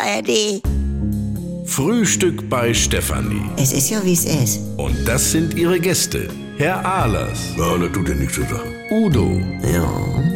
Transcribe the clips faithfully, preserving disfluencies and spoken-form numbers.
A R D. Frühstück bei Stefanie. Es ist ja, wie es ist. Und das sind ihre Gäste. Herr Ahlers. Ja, das tut ja nichts zur Sache. Udo. Ja,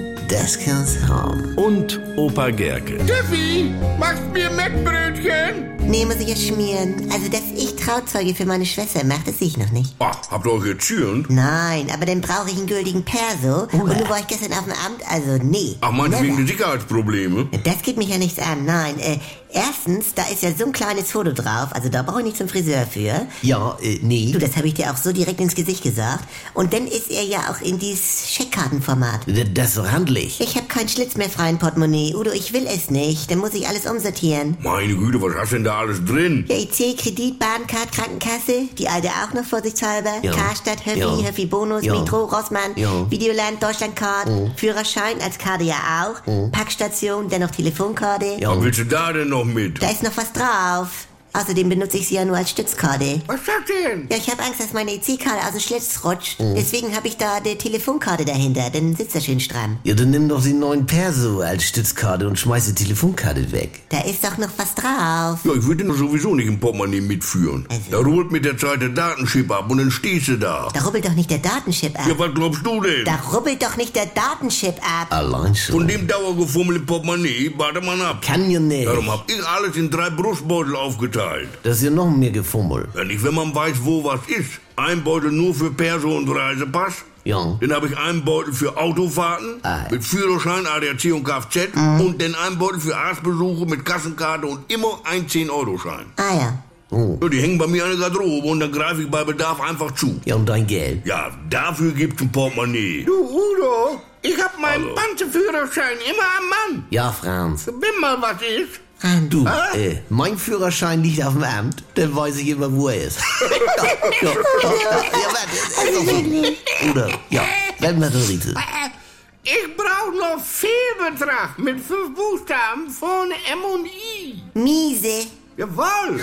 das kann's haben. Und Opa Gerke. Steffi, machst mir Mettbrötchen? Nee, muss ich jetzt schmieren. Also, dass ich Trauzeuge für meine Schwester macht, das sehe ich noch nicht. Ach, habt ihr euch gezürnt? Nein, aber dann brauche ich einen gültigen Perso. Und nur war ich gestern auf dem Amt, also nee. Ach, meinst du Never. wegen der Sicherheitsprobleme? Das geht mich ja nichts an, nein. Äh, erstens, da ist ja so ein kleines Foto drauf, also da brauche ich nicht zum Friseur für. Ja, äh, nee. Du, das habe ich dir auch so direkt ins Gesicht gesagt. Und dann ist er ja auch in dieses Scheckkartenformat. D- Das ist so handlich. Ich habe keinen Schlitz mehr frei im Portemonnaie. Udo, ich will es nicht. Dann muss ich alles umsortieren. Meine Güte, was hast denn da alles drin? Ja, I C, Kredit, Bahncard, Krankenkasse, die alte auch noch vorsichtshalber, Ja. Karstadt, Höffi, Ja. Höffi Bonus, Ja. Metro, Rossmann, Ja. Videoland, Deutschlandcard, Führerschein als Karte ja auch, Packstation, dann noch Telefonkarte. Ja. Was willst du da denn noch mit? Da ist noch was drauf. Außerdem benutze ich sie ja nur als Stützkarte. Was ist das denn? Ja, ich habe Angst, dass meine E C-Karte aus dem Schlitz rutscht. Deswegen habe ich da die Telefonkarte dahinter. Dann sitzt er schön stramm. Ja, dann nimm doch den neuen Perso als Stützkarte und schmeiß die Telefonkarte weg. Da ist doch noch was drauf. Ja, ich würde den sowieso nicht im Portemonnaie mitführen. Also. Da rubbelt mit der Zeit der Datenchip ab und dann stehst du da. Da rubbelt doch nicht der Datenchip ab. Ja, was glaubst du denn? Da rubbelt doch nicht der Datenchip ab. Allein schon. Von dem Dauergefummel im Portemonnaie, warte mal ab. Kann ja nicht. Darum hab ich alles in drei Brustbeutel aufgeteilt. Das ist ja noch mehr Gefummel. Ja, nicht, wenn man weiß, wo was ist. Ein Beutel nur für Perso und Reisepass. Ja. Dann habe ich einen Beutel für Autofahrten Ah. mit Führerschein, A D A C und Kfz. Und dann einen Beutel für Arztbesuche mit Kassenkarte und immer ein zehn-Euro-Schein. Ah ja. Ja, die hängen bei mir an der Garderobe und dann greife ich bei Bedarf einfach zu. Ja, und dein Geld? Ja, dafür gibt's ein Portemonnaie. Du, Udo, ich hab meinen Hallo. Panzerführerschein immer am Mann. Ja, Franz. Wenn mal was ist. Du, Ah? äh, mein Führerschein liegt auf dem Amt, dann weiß ich immer, wo er ist. ja, ja, ja, ja, warte, ist doch so. Oder, ja, wenn wir das riechen. Ich brauch noch Fehlbetrag mit fünf Buchstaben vorne M und I. Miese. Jawohl.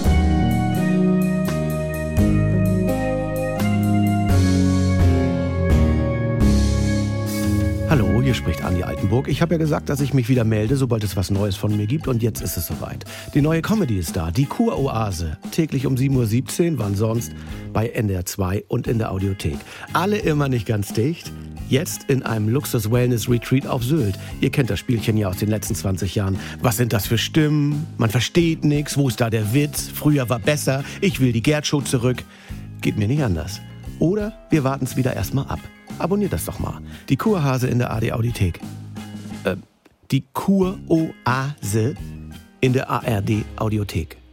Hallo, hier spricht Andi Altenburg. Ich habe ja gesagt, dass ich mich wieder melde, sobald es was Neues von mir gibt. Und jetzt ist es soweit. Die neue Comedy ist da, die Kuroase. Täglich um sieben Uhr siebzehn, wann sonst, bei N D R zwei und in der Audiothek. Alle immer nicht ganz dicht. Jetzt in einem Luxus-Wellness-Retreat auf Sylt. Ihr kennt das Spielchen ja aus den letzten zwanzig Jahren. Was sind das für Stimmen? Man versteht nichts. Wo ist da der Witz? Früher war besser. Ich will die Gerd-Show zurück. Geht mir nicht anders. Oder wir warten es wieder erstmal ab. Abonniert das doch mal. Die Kurhase in der A D Audiothek. Äh, die Kuroase in der A R D Audiothek.